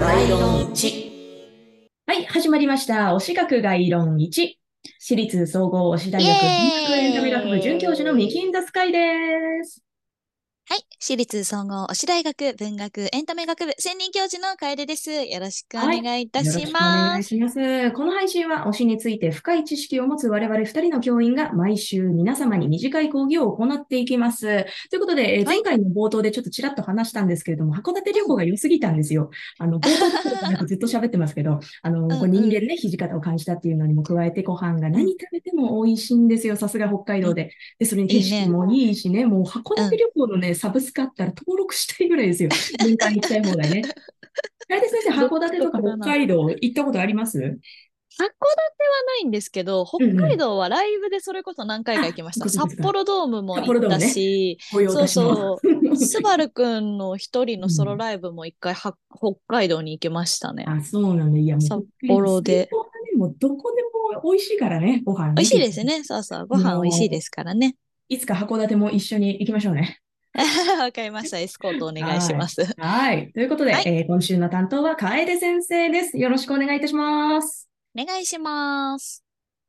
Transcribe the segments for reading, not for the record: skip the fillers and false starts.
概論1。はい、始まりました。推し学概論1。私立総合推し大イ学文学エンタメ学部准教授のミエーイ。 キンザスカイです。 はい。私立総合推し大学文学エンタメ学部専任教授の楓です。よろしくおはい。 願いいたしよろしくお願ます。 いします。この配信は推しについて深い知識を持つ我々二人の教員が毎週皆様に短い講義を行っていきます。ということで、 はい。 前回の冒頭でちょっとちらっと話したんですけれども、函館旅うん。 行が良すぎたんですよ。冒頭どころかなくずっと喋ってますけど、こう人うんうん。 間ね、土方を感じたっていうのにも加えて、ご飯がうん。 何食べても美味しいんですよ。さすが北海うん。 道で。で、それに景いいね。 色もいいしね、もう函うん。 館旅行のね、サブスクあったら登録したいぐらいですよ。年間行きたい放題ね。楓先生、 独函館とか北特だな。 海道行ったことあります？ 函館はないんですけど、北うんうん。 海道はライブでそれこそ何回か行あ、 きました。 そういうことですか。 札幌ドームも札行った幌ドームね。 し、 御用そう達の。 そう、スバルくんの一人のソロうん。 ライブも一回北海道に行きましたね。 あ、そうなんだ。いや、もう札北海道最幌で。 高だね。もうどこでも美味しいからね、ご飯美味ね、結局。 しいですね。そうそう。ご飯美味しいでもすからね。 う、いつか函館も一緒に行きましょうね。 わかりました。エスコートお願いしはい。 ます。 はい。ということで、 はい。 今週の担当は楓先生です。よろしくお願いいたします。 お願いします。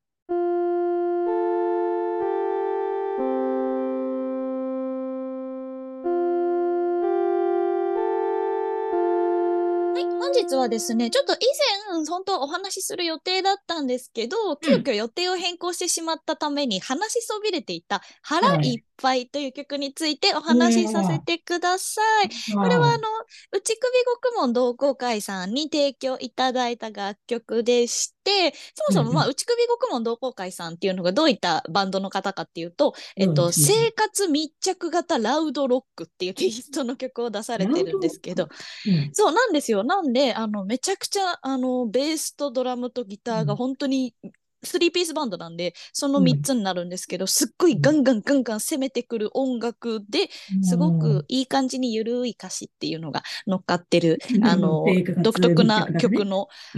はい。本日はですね、ちょっと以前、本当お話しする予定だったんですけど、急うん。 遽予定を変更してしまったために話しそびれていた腹はい。 いっぱいという曲についておうん。 話しさせてください。これははい。 内首獄門同好会さんに提供いただいた楽曲でして、そもそもうんうん。 内首獄門同好会さんっていうのがどういったバンドの方かっていうと、 うん、そうですね。 生活密着型ラウドロックっていうテイストの曲を出されラウてるんドロック。 ですけど、 うん。 そうなんですよ。なんで、めちゃくちゃ、ベースとドラムとギターがうん。 本当に、スリーピースバンドなんで、その3 うん。 つになるんですけど、すっごいガンガンガンガン攻めてくる音楽で、すごくいい感じにゆるい歌詞っていうのが乗っかってる、 生独活密特な着型ね。 曲のうん。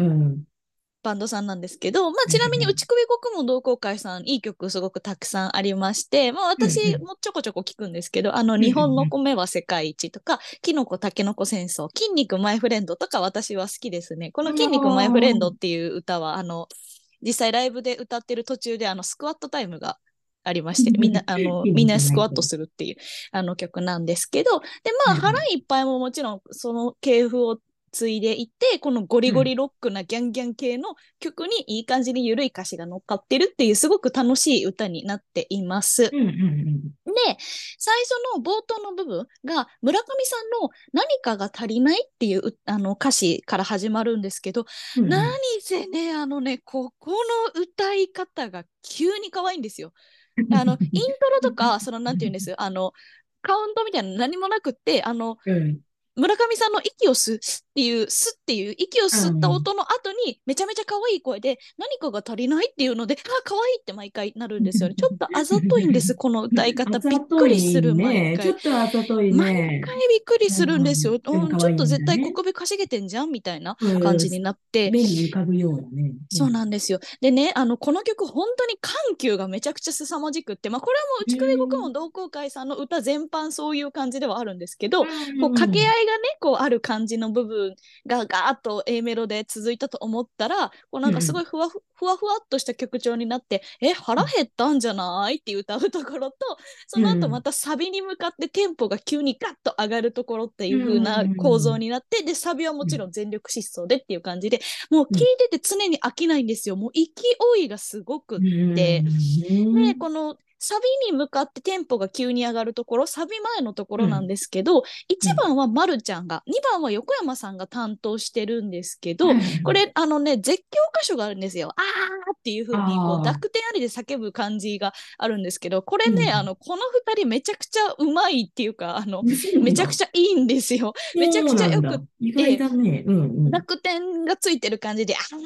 バンドさんなんですけど、まあ、 はいちなみにはい。 内首国門同好会さん、いい曲すごくたくさんありまして、まあ、 うんう私ん。 もちょこちょこ聞くんですけど、 うんう日本のん米は世界一とか、キノコタケノコ戦争、筋肉マイフレンドとか私は好きですね。このうん。 筋肉マイフレンドあっていう歌は、実際ライブで歌ってる途中で、スクワットタイムがありまあ。 して、みんな、 筋みんな肉ないと。 スクワットするっていう、曲なんですけど、で、まあ、腹はいはい。 いっぱいももちろん、その系譜を継いでいて、このゴリうん。 ゴリロックなギャンギャン系の曲にいい感じに緩い歌詞が乗っかってるっていうすごく楽しい歌になっています。 うんうんで、最初の冒頭の部分が村上さんの何かが足りないっていう歌詞から始まるんですけど、 うん。うん何うん。 せね、ここの歌い方が急に可愛いんですよ。イントロとか、なんて言うんです、カウントみたいなの何もなくって、 うん。 村上さんの息を吸っていう、吸っていう、息を吸ったうん。 音の後に、めちゃめちゃ可愛い声で、何かが足りないっていうので、あ、可愛いって毎回なるんですよね。ちょっとあざといんです、この歌いあ方。びっざとくりする、毎いね。ちょ回。 っとあざとい毎ね。 回びっくりうするんですよ。 ん。でも可愛いちょっと絶んだね。 対国分稼げてんじゃんみたいなうん。 感じになって、 目に浮かぶようだね。うそうん。 なんですよ。でね、この曲、本当に緩急がめちゃくちゃ凄まじくって、まあ、これはもうう内首獄門ん。 同好会さんの歌全般そういう感じではあるんですけど、 うこう、掛けん。 合いがね、こう、ある感じの部分がガーッと A メロで続いたと思ったら、こう、なんかすごうん。 いふわふわっとした曲調になって、腹減ったんじゃないって歌うところと、その後まうん。 たサビに向かってテンポが急にガッと上がるところっていうう風な構造ん。 になって、で、サビはもうん。 ちろん全力疾走でっていう感じで、もう聞いうん。 てて常に飽きないんですよ。もう勢いがすごくっうて。で、 ん。 このサビに向かってテンポが急に上がるところ、サビ前のとこうん。 ろなんですけど、1 うん。 番はまるちゃんが、2番は横山さんが担当してるんですけど、 はいはいはい。 これ、絶叫箇所があるんですよ。あーっていう風に、こう、 ああ。 濁点ありで叫ぶ感じがあるんですけど、これね、 うん。 この2人めちゃくちゃうまいっていうか、 そうなんだ。 めちゃくちゃいいんですよ。めちゃくそうちゃよくっなんだ。意外て、 だね。うんうん。 濁点がついてる感じで、あーっ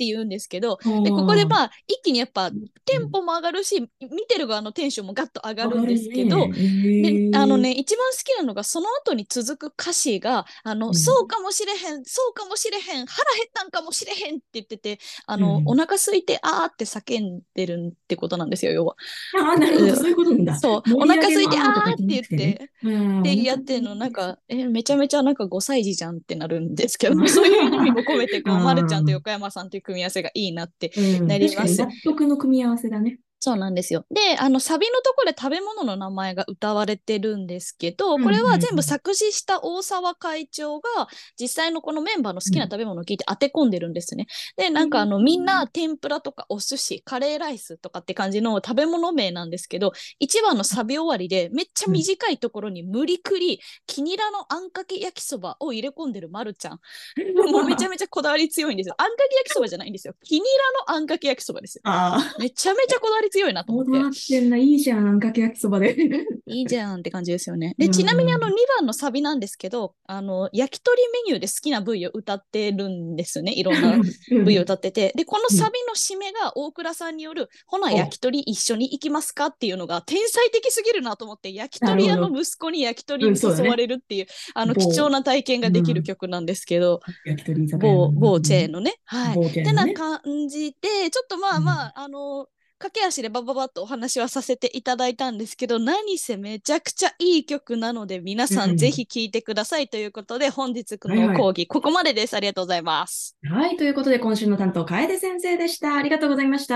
って言うんですけど、 あで、ここであ、 一気にやっぱテンポも上がるし、見てる側のテンションもガッと上がるんで上がるすけど、 ね。 で、 ええ、 一番好きなのが、その後に続く歌詞が、 うん、 そうかもしれへん、そうかもしれへん、腹減ったんかもしれへんって言ってて、おうん。 腹空いて、あーって叫んでるってことなんですよ、要は。 ああ、なるほど、そういうことなんだ。 そう、お盛り上げの腹空いて、ああーとかじゃーって言っなくてね。 て、 うん、おで、や腹ってんの、なん空いて。 か、めちゃめちゃなんか5歳児じゃんってなるんですけど、そういう意味も込めて、こう、まるちゃんとああ、 横山さんという組み合わせがいいなってうん、 なります。 確かに納得の組み合わせだね。 そうなんですよ。で、サビのところで食べ物の名前が歌われてるんですけど、 うん、 これは全部うん、 作詞した大沢会長が実際のこのメンバーの好うん。 きな食べ物を聞いて当て込んでるんですね。で、 うん、 みんな天ぷらとかお寿司、カレーライスとかって感じの食べ物名なんですけど、一番のサビ終わりでめっちゃうん。 短いところに無理くりキニラのあんかけ焼きそばを入れ込んでるまるちゃん。もうめちゃめちゃこだわり強いんですよ。あんかけ焼きそばじゃないんですよ。キニラのあんかけ焼きそばですよ。 ああ、 めちゃめちゃこだわり強いなと思って。 こだわってんな、いいじゃん、あんかけ焼きそばで。 いいじゃんって感じですよね。 うで、ちなみにん。 2番のサビなんですけど、焼き鳥メニューで好きな部位を歌ってるんですね。いろんな部位をうん。 歌ってて。で、このうん。 サビの締めが大倉さんによる、ほなお、 焼き鳥一緒に行きますかっていうのが天才的すぎるなと思って、焼き鳥屋のなるほど。 息子に焼き鳥うん、 に誘わそうだね。 れるっていう、貴重某、 な体験ができるうん。 曲なんですけど、 焼き鳥居酒屋の、う某チェーンん、 のね。はい。っ某店てなのね。 感じで、ちょっとまうん。 あまあ、駆け足でバババッとお話はさせていただいたんですけど、何せめちゃくちゃいい曲なので、皆さんぜうん。 ひ聴いてくださいということで、本日はいはい。 の講義、ここまでです。ありがとうございます。 はい。ということで、今週の担当、楓先生でした。ありがとうございました。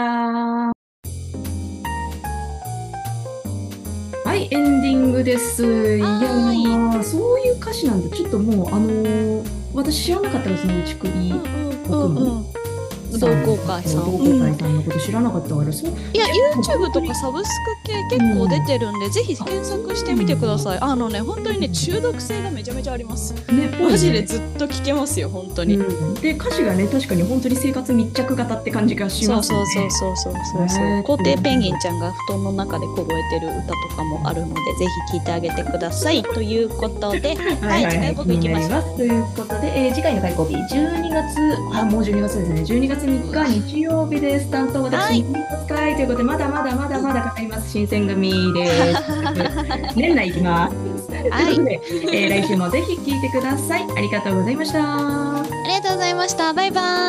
はい、エンディングです。いやはーい。 ー、そういう歌詞なんだ。ちょっともう、私知らなかったですね、内うん首うん僕のうんうん。同さん、 好会さん。 同好うん。 会さんのこと知らなかったから、そう、 いや、 いや、もう本 YouTube 当に、 とかサブスク系う結構出ん、 てるんで、ぜひ検そう索してみてくだなんだ。 さい。本当にね、中毒性がめちゃめちゃあります。 ね、ぽマいね。 ジでずっと聞けますよ、本当うに。 ん。で、歌詞がね、確かに本当に生活密着型って感じがしますそうそうそうね。 そうそうそうそう。皇ということで、 帝ペンギンちゃんが布団の中で凍えてる歌とかもあるので、ぜひ聞いてあげてください。ということで、はい、次回はいはいはい、気僕行きましになります。とょいうことで、次回の開講日、12月、もう12月ですね。12月3 う。うわ、 日日曜日です。担当私、 はい。 西月会ということで、まだまだまだうん。 まだかかります。新選組です。年内行きます。というはい。 ことで、来週もぜひ聞いてください。ありがとうございました。 ありがとうございました。バイバイ。